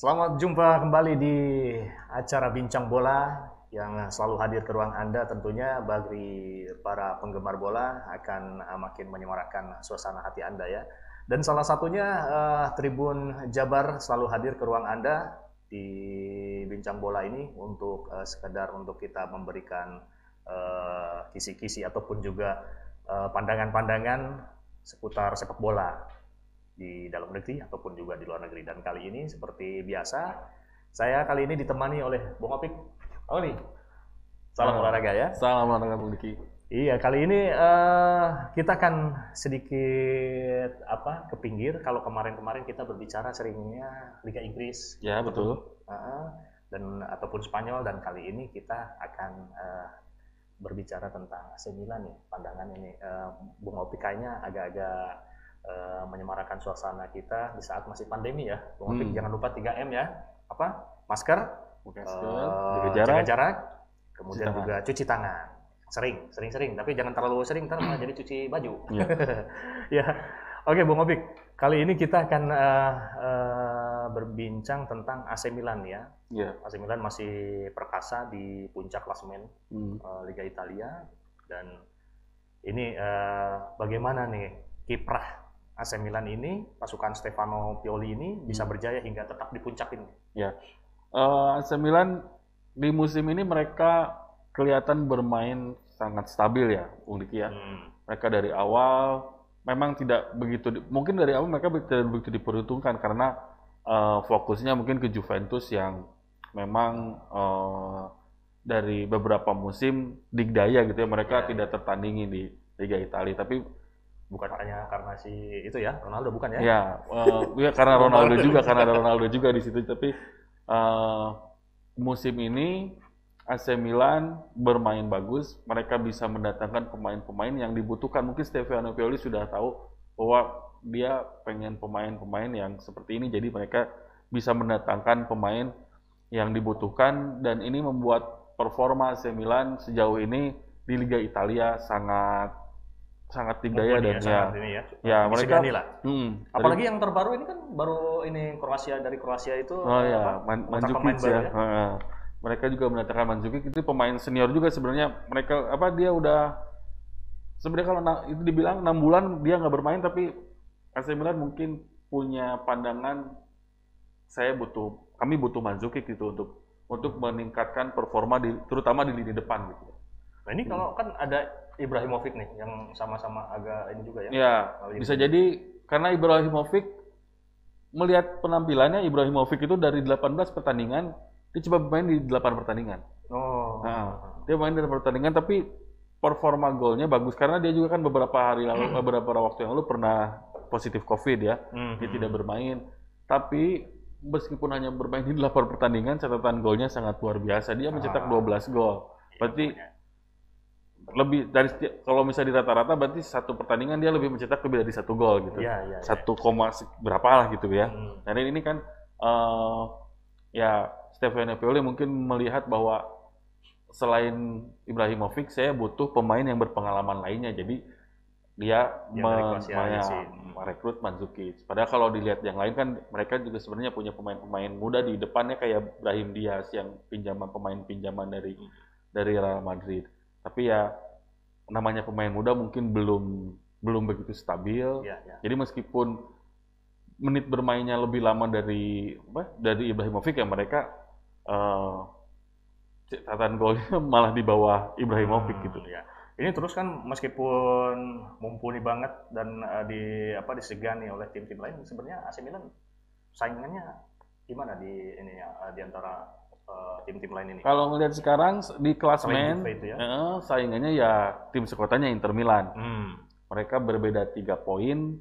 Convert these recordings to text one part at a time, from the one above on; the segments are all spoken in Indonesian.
Selamat jumpa kembali di acara Bincang Bola yang selalu hadir ke ruang Anda tentunya bagi para penggemar bola akan makin menyemarakkan suasana hati Anda ya. Dan salah satunya Tribun Jabar selalu hadir ke ruang Anda di Bincang Bola ini untuk sekedar untuk kita memberikan kisi-kisi ataupun juga pandangan-pandangan seputar sepak bola di dalam negeri ataupun juga di luar negeri. Dan kali ini seperti biasa, saya kali ini ditemani oleh Bung Opik. Oh nih, salam olahraga ya. Salam olahraga Bung Diki. Iya, kali ini kita akan sedikit ke pinggir. Kalau kemarin-kemarin kita berbicara seringnya Liga Inggris. Ya, betul. Dan ataupun Spanyol, dan kali ini kita akan berbicara tentang AC Milan nih. Pandangan ini Bung Opik kayaknya agak-agak menyemarakan suasana kita di saat masih pandemi ya. Bung Opik jangan lupa 3M ya. Masker, jaga jarak, kemudian juga cuci tangan. Sering, tapi jangan terlalu sering, ntar malah jadi cuci baju. Ya. Ya. Oke, Bung Opik. Kali ini kita akan berbincang tentang AC Milan ya. Yeah. AC Milan masih perkasa di puncak klasemen Liga Italia, dan ini bagaimana nih kiprah AC Milan ini, pasukan Stefano Pioli ini bisa berjaya hingga tetap di puncak ini. Ya, AC Milan di musim ini mereka kelihatan bermain sangat stabil ya, Bung Diki ya. Mereka dari awal memang tidak begitu, mungkin dari awal mereka tidak begitu diperhitungkan karena fokusnya mungkin ke Juventus yang memang dari beberapa musim digdaya gitu ya, mereka tidak tertandingi di Liga Italia. Tapi bukan hanya karena si itu ya, Ronaldo bukan ya? Ya, ya karena Ronaldo juga, karena ada Ronaldo juga di situ. Tapi musim ini AC Milan bermain bagus. Mereka bisa mendatangkan pemain-pemain yang dibutuhkan. Mungkin Stefano Pioli sudah tahu bahwa dia pengen pemain-pemain yang seperti ini. Jadi mereka bisa mendatangkan pemain yang dibutuhkan, dan ini membuat performa AC Milan sejauh ini di Liga Italia sangat digdaya dan ya mereka apalagi yang terbaru ini kan baru ini dari Kroasia itu Mandzukic ya. Mereka juga mendatangkan Mandzukic, itu pemain senior juga sebenarnya. Mereka dia udah sebenarnya kalau itu dibilang 6 bulan dia nggak bermain, tapi AC Milan mungkin punya pandangan kami butuh Mandzukic gitu untuk meningkatkan performa terutama di lini depan gitu. Nah ini kalau kan ada Ibrahimovic nih yang sama-sama agak ini juga ya. Ya, bisa jadi karena Ibrahimovic, melihat penampilannya Ibrahimovic itu dari 18 pertandingan dia coba main di 8 pertandingan. Dia main di 8 pertandingan tapi performa golnya bagus karena dia juga kan beberapa waktu yang lalu pernah positif COVID ya. Dia tidak bermain. Tapi meskipun hanya bermain di 8 pertandingan, catatan golnya sangat luar biasa. Dia mencetak 12 gol. Berarti lebih dari, kalau misalnya di rata-rata berarti satu pertandingan dia lebih mencetak lebih dari 1 gol gitu. 1, berapa lah gitu ya. Dan ini kan ya Stefano Pioli mungkin melihat bahwa selain Ibrahimovic saya butuh pemain yang berpengalaman lainnya. Jadi dia merekrut Mandzukic. Padahal kalau dilihat yang lain kan mereka juga sebenarnya punya pemain-pemain muda di depannya kayak Brahim Diaz yang pemain pinjaman dari Real Madrid. Tapi ya namanya pemain muda mungkin belum begitu stabil. Jadi meskipun menit bermainnya lebih lama dari Ibrahimovic ya, mereka catatan golnya malah di bawah Ibrahimovic gitu. Ya. Ini terus kan meskipun mumpuni banget dan disegani oleh tim-tim lain, sebenarnya AC Milan saingannya gimana di antara tim-tim lain ini? Kalau ngelihat sekarang di klasemen, saingannya ya tim sekotanya Inter Milan. Mereka berbeda 3 poin,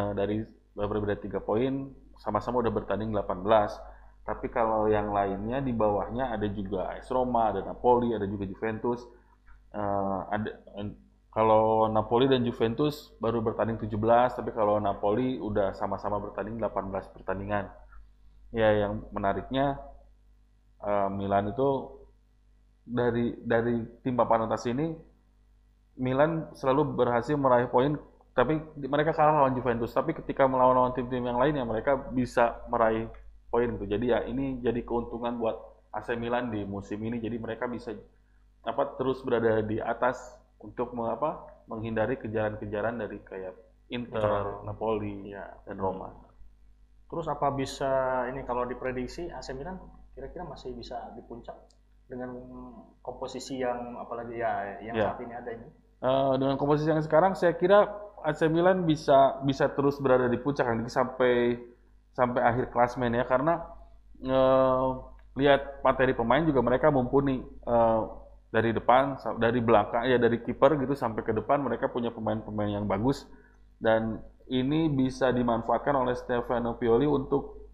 sama-sama udah bertanding 18. Tapi kalau yang lainnya di bawahnya ada juga AS Roma, ada Napoli, ada juga Juventus. Kalau Napoli dan Juventus baru bertanding 17, tapi kalau Napoli udah sama-sama bertanding 18 pertandingan. Ya, yang menariknya Milan itu dari tim papan atas ini, Milan selalu berhasil meraih poin, tapi mereka kalah lawan Juventus. Tapi ketika melawan tim-tim yang lainnya, mereka bisa meraih poin gitu. Jadi ya ini jadi keuntungan buat AC Milan di musim ini. Jadi mereka bisa terus berada di atas untuk menghindari kejaran-kejaran dari kayak Inter, Napoli, dan Roma. Terus apa bisa ini kalau diprediksi AC Milan kira-kira masih bisa di puncak dengan komposisi yang apalagi yang saat ini ada ini? Dengan komposisi yang sekarang saya kira AC Milan bisa terus berada di puncak nanti sampai akhir klasmen ya, karena lihat materi pemain juga mereka mumpuni, dari depan, dari belakang ya, dari kiper gitu sampai ke depan mereka punya pemain-pemain yang bagus, dan ini bisa dimanfaatkan oleh Stefano Pioli untuk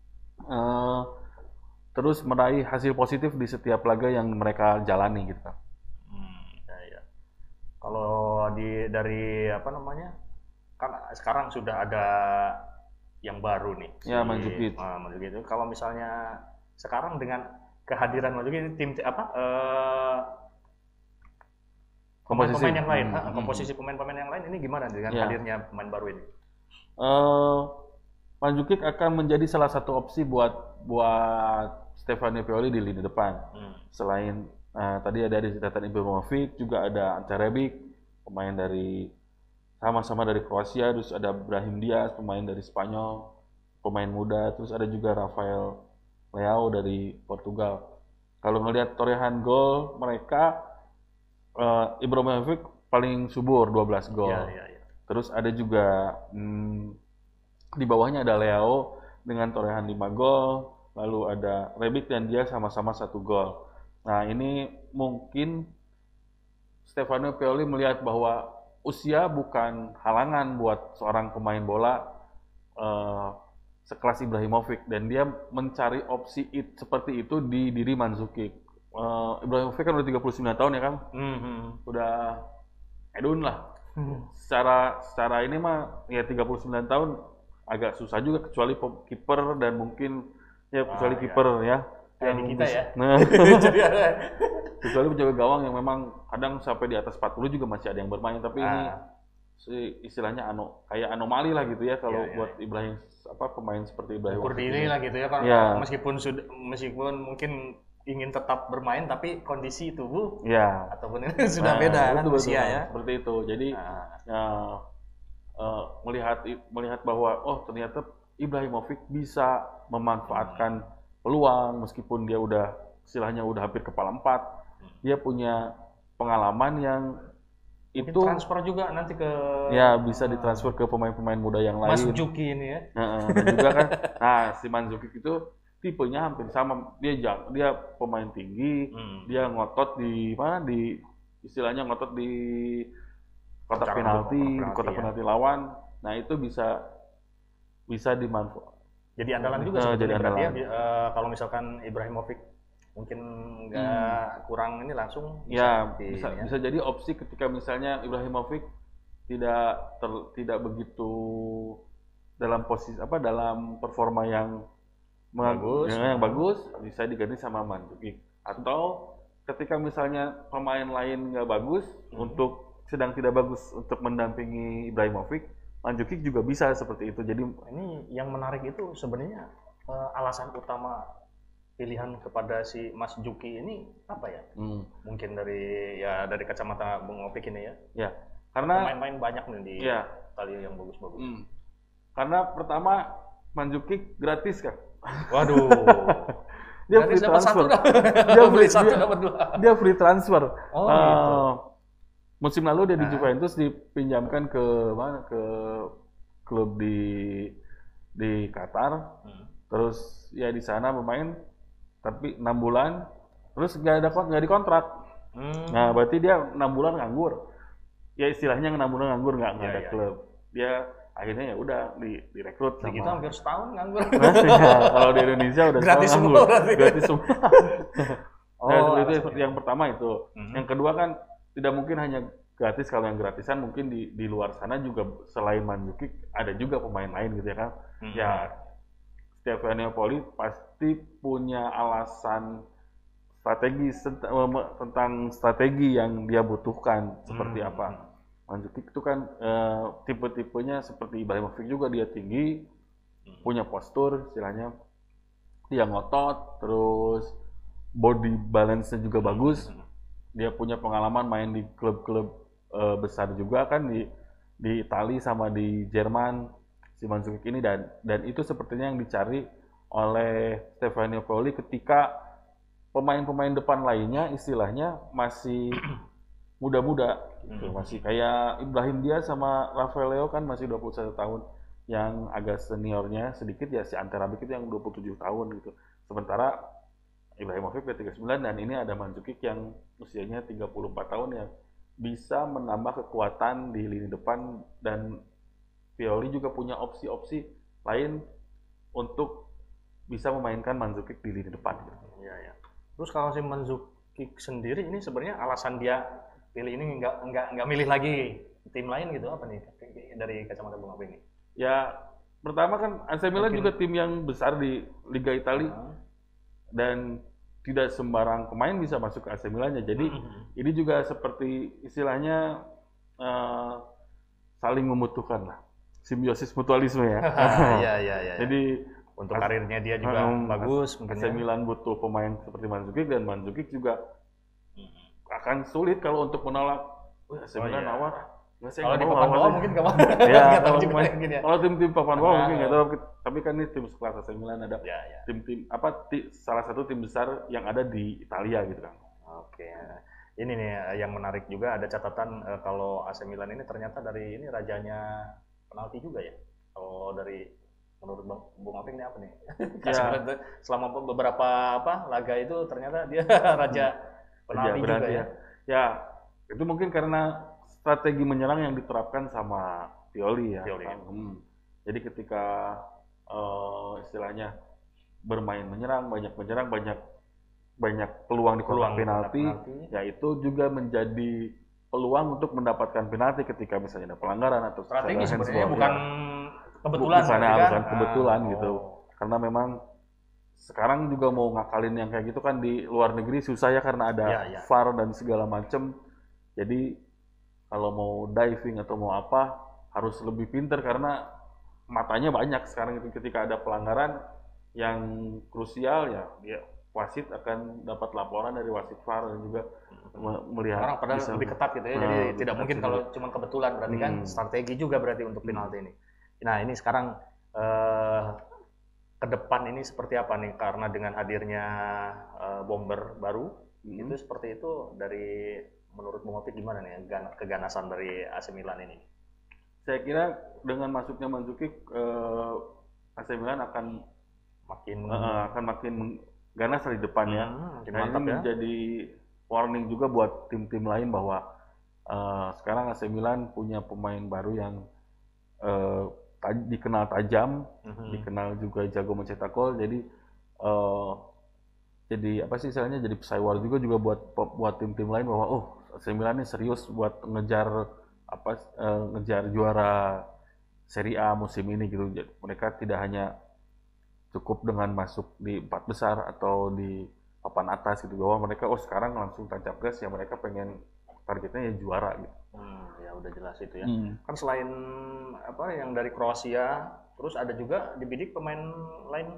terus meraih hasil positif di setiap laga yang mereka jalani gitu kan. Ya. Kalau dari kan sekarang sudah ada yang baru nih. Ya, Mandzukic. Mandzukic itu kalau misalnya sekarang dengan kehadiran Mandzukic tim pemain-pemain yang lain, komposisi pemain-pemain yang lain ini gimana dengan hadirnya pemain baru ini? Mandzukic akan menjadi salah satu opsi buat Stefano Pioli di lini depan. Selain tadi ada Zlatan Ibrahimovic, juga ada Ante Rebic, pemain dari sama-sama dari Kroasia, terus ada Brahim Diaz, pemain dari Spanyol, pemain muda, terus ada juga Rafael Leao dari Portugal. Kalau ngelihat torehan gol mereka, Ibrahimovic paling subur 12 gol. Terus ada juga di bawahnya ada Leao dengan torehan 5 gol, lalu ada Rebic dan dia sama-sama 1 gol. Nah, ini mungkin Stefano Pioli melihat bahwa usia bukan halangan buat seorang pemain bola sekelas Ibrahimovic, dan dia mencari opsi seperti itu di diri Mandzukic. Ibrahimovic kan udah 39 tahun ya kan? Udah edun lah. Secara ini mah ya 39 tahun agak susah juga, kecuali kiper dan mungkin ya kecuali kiper ya. Yang kita ya. Nah, kecuali penjaga gawang yang memang kadang sampai di atas 40 juga masih ada yang bermain, tapi ini istilahnya kayak anomali lah gitu ya kalau buat Ibrahim pemain seperti Ibrahim. Ukur diri lah gitu ya Pak. Meskipun mungkin ingin tetap bermain tapi kondisi tubuh ataupun ini sudah beda kan usia ya. Seperti itu. Jadi melihat bahwa ternyata Ibrahimovic bisa memanfaatkan peluang meskipun dia istilahnya udah hampir kepala 4. Dia punya pengalaman yang mungkin itu transfer juga nanti ke bisa ditransfer ke pemain-pemain muda yang lain. Mandzukic ini ya. Dan juga kan si Mandzukic itu tipenya hampir sama. Dia pemain tinggi, dia ngotot di istilahnya ngotot di kotak penalti lawan. Nah, itu bisa dimanfaatkan. Jadi andalan juga sebetulnya berarti ya. Kalau misalkan Ibrahimovic mungkin nggak kurang ini langsung bisa jadi opsi ketika misalnya Ibrahimovic tidak begitu dalam posisi dalam performa yang bagus bisa diganti sama Mandzukic, atau ketika misalnya pemain lain nggak bagus sedang tidak bagus untuk mendampingi Ibrahimovic, Mandzukic juga bisa seperti itu. Jadi ini yang menarik itu sebenarnya alasan utama pilihan kepada si Mas Juki ini apa ya? Mungkin dari kacamata Bung Opik ini ya. Ya, karena main banyak nih di Italia yang bagus-bagus. Karena pertama Mandzukic gratis kan. Waduh. Dia free transfer. Dia free transfer. Gitu. Musim lalu dia di Juventus dipinjamkan ke klub di Qatar. Terus ya di sana bermain tapi 6 bulan, terus nggak dikontrak. Nah, berarti dia 6 bulan nganggur. Ya istilahnya 6 bulan nganggur, nggak ada klub. Dia akhirnya ya udah direkrut sama. Kita hampir setahun nganggur. Kalau di Indonesia udah gratis nganggur. Gratis semua. Itu yang pertama itu. Yang kedua kan tidak mungkin hanya gratis. Kalau yang gratisan mungkin di luar sana juga selain Mandzukic ada juga pemain lain gitu ya kan. Ya Stefano Pioli pasti punya alasan tentang strategi yang dia butuhkan seperti apa. Mandzukic itu kan tipe-tipenya seperti Ibrahimovic juga, dia tinggi, punya postur istilahnya, dia ngotot, terus body balance-nya juga bagus. Dia punya pengalaman main di klub-klub besar juga kan di Italia sama di Jerman si Mandzukic ini, dan itu sepertinya yang dicari oleh Stefano Pioli ketika pemain-pemain depan lainnya istilahnya masih muda-muda gitu. Masih kayak Ibrahim Diaz sama Rafael Leo kan masih 21 tahun. Yang agak seniornya sedikit ya si Ante Rebic itu yang 27 tahun gitu. Sementara Ibrahimovic udah 39 dan ini ada Mandzukic yang usianya 34 tahun yang bisa menambah kekuatan di lini depan, dan Pioli juga punya opsi-opsi lain untuk bisa memainkan Mandzukic di lini depan. Iya, ya. Terus kalau si Mandzukic sendiri ini sebenarnya alasan dia pilih ini nggak milih lagi tim lain gitu apa nih dari kacamata Bung Abi ini? Ya pertama kan AC Milan juga tim yang besar di Liga Italia dan tidak sembarang pemain bisa masuk ke AC Milan ya. Jadi ini juga seperti istilahnya saling membutuhkan lah, simbiosis mutualisme ya. Iya. Jadi untuk karirnya dia juga bagus. AC Milan butuh pemain seperti Mandzukic, dan Mandzukic juga akan sulit kalau untuk menolak. AC Milan nawar. Kalau di papan bawah mungkin nggak mau. Ya, kalau tim-tim papan bawah mungkin nggak tahu. Tapi kan ini tim sekelas AC Milan ada tim-tim salah satu tim besar yang ada di Italia gitu kan. Oke. Ini nih yang menarik juga, ada catatan kalau AC Milan ini ternyata dari ini rajanya penalti juga ya. Kalau dari menurut Bung Aping ini apa nih? Selama beberapa laga itu ternyata dia raja penalti juga ya. Ya, itu mungkin karena strategi menyerang yang diterapkan sama Pioli ya. Jadi ketika istilahnya bermain menyerang, banyak peluang di kotak penalti, ya itu juga menjadi peluang untuk mendapatkan penalti ketika misalnya ada pelanggaran atau strategi sebenarnya bukan kebetulan. Bukan kebetulan gitu. Karena memang sekarang juga mau ngakalin yang kayak gitu kan di luar negeri susah ya karena ada VAR dan segala macem. Jadi kalau mau diving atau mau apa harus lebih pinter karena matanya banyak sekarang itu. Ketika ada pelanggaran yang krusial ya wasit akan dapat laporan dari wasit VAR dan juga melihat. Orang padahal lebih ketat gitu ya, jadi tidak mungkin kalau cuma kebetulan, berarti kan strategi juga berarti untuk penalti ini. Nah ini sekarang ke depan ini seperti apa nih, karena dengan hadirnya bomber baru itu seperti itu, dari menurut Bung Opik gimana nih keganasan dari AC Milan ini? Saya kira dengan masuknya Mandzukic AC Milan akan makin ganas di depannya. Nah, ini menjadi warning juga buat tim-tim lain bahwa sekarang AC Milan punya pemain baru yang dikenal tajam, dikenal juga jago mencetak gol. Jadi apa sih istilahnya, jadi pesaing juga buat tim-tim lain bahwa AC Milan ini serius buat ngejar juara Serie A musim ini gitu. Mereka tidak hanya cukup dengan masuk di 4 besar atau di papan atas gitu, bahwa mereka sekarang langsung tancap gas ya, mereka pengen targetnya ya juara gitu. Ya udah jelas itu ya. Kan selain yang dari Kroasia, terus ada juga dibidik pemain lain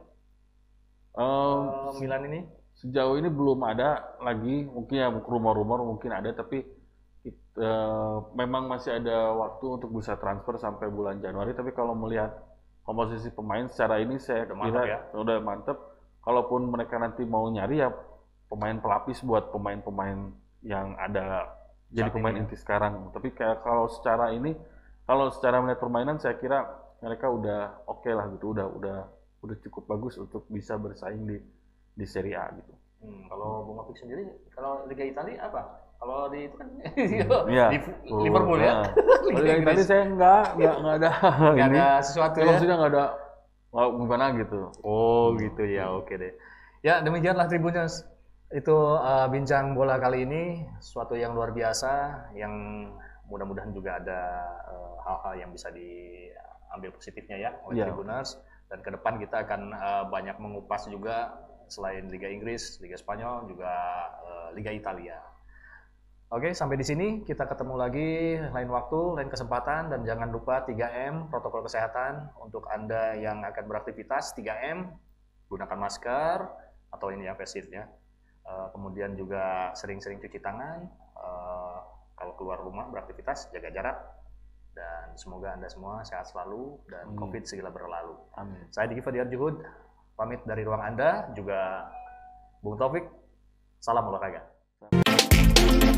Milan ini? Sejauh ini belum ada lagi, mungkin ya rumor-rumor mungkin ada, tapi memang masih ada waktu untuk bisa transfer sampai bulan Januari. Tapi kalau melihat komposisi pemain secara ini saya kira udah mantep. Kalaupun mereka nanti mau nyari ya pemain pelapis buat pemain-pemain yang ada jadi pemain inti sekarang. Tapi kayak kalau secara melihat permainan saya kira mereka udah oke lah gitu, udah cukup bagus untuk bisa bersaing di Serie A gitu. Kalau Bung Opik sendiri, kalau Liga Italia apa? Kalau di itu kan di Liverpool ya. Liga Italia saya nggak ada nggak ada sesuatu ya. Maksudnya nggak ada gimana gitu. Gitu ya, oke deh. Ya demikianlah Tribuners, itu bincang bola kali ini, sesuatu yang luar biasa, yang mudah-mudahan juga ada hal-hal yang bisa diambil positifnya ya oleh Tribuners. Dan ke depan kita akan banyak mengupas juga selain Liga Inggris, Liga Spanyol, juga Liga Italia. Oke, sampai di sini kita ketemu lagi lain waktu, lain kesempatan, dan jangan lupa 3M protokol kesehatan untuk Anda yang akan beraktivitas. 3M, gunakan masker atau ini ya face shield ya. Kemudian juga sering-sering cuci tangan, kalau keluar rumah beraktivitas jaga jarak, dan semoga Anda semua sehat selalu dan COVID segera berlalu. Amin. Saya Diki Fadiar Juhud, pamit dari ruang Anda, juga Bung Taufik, salam olahraga.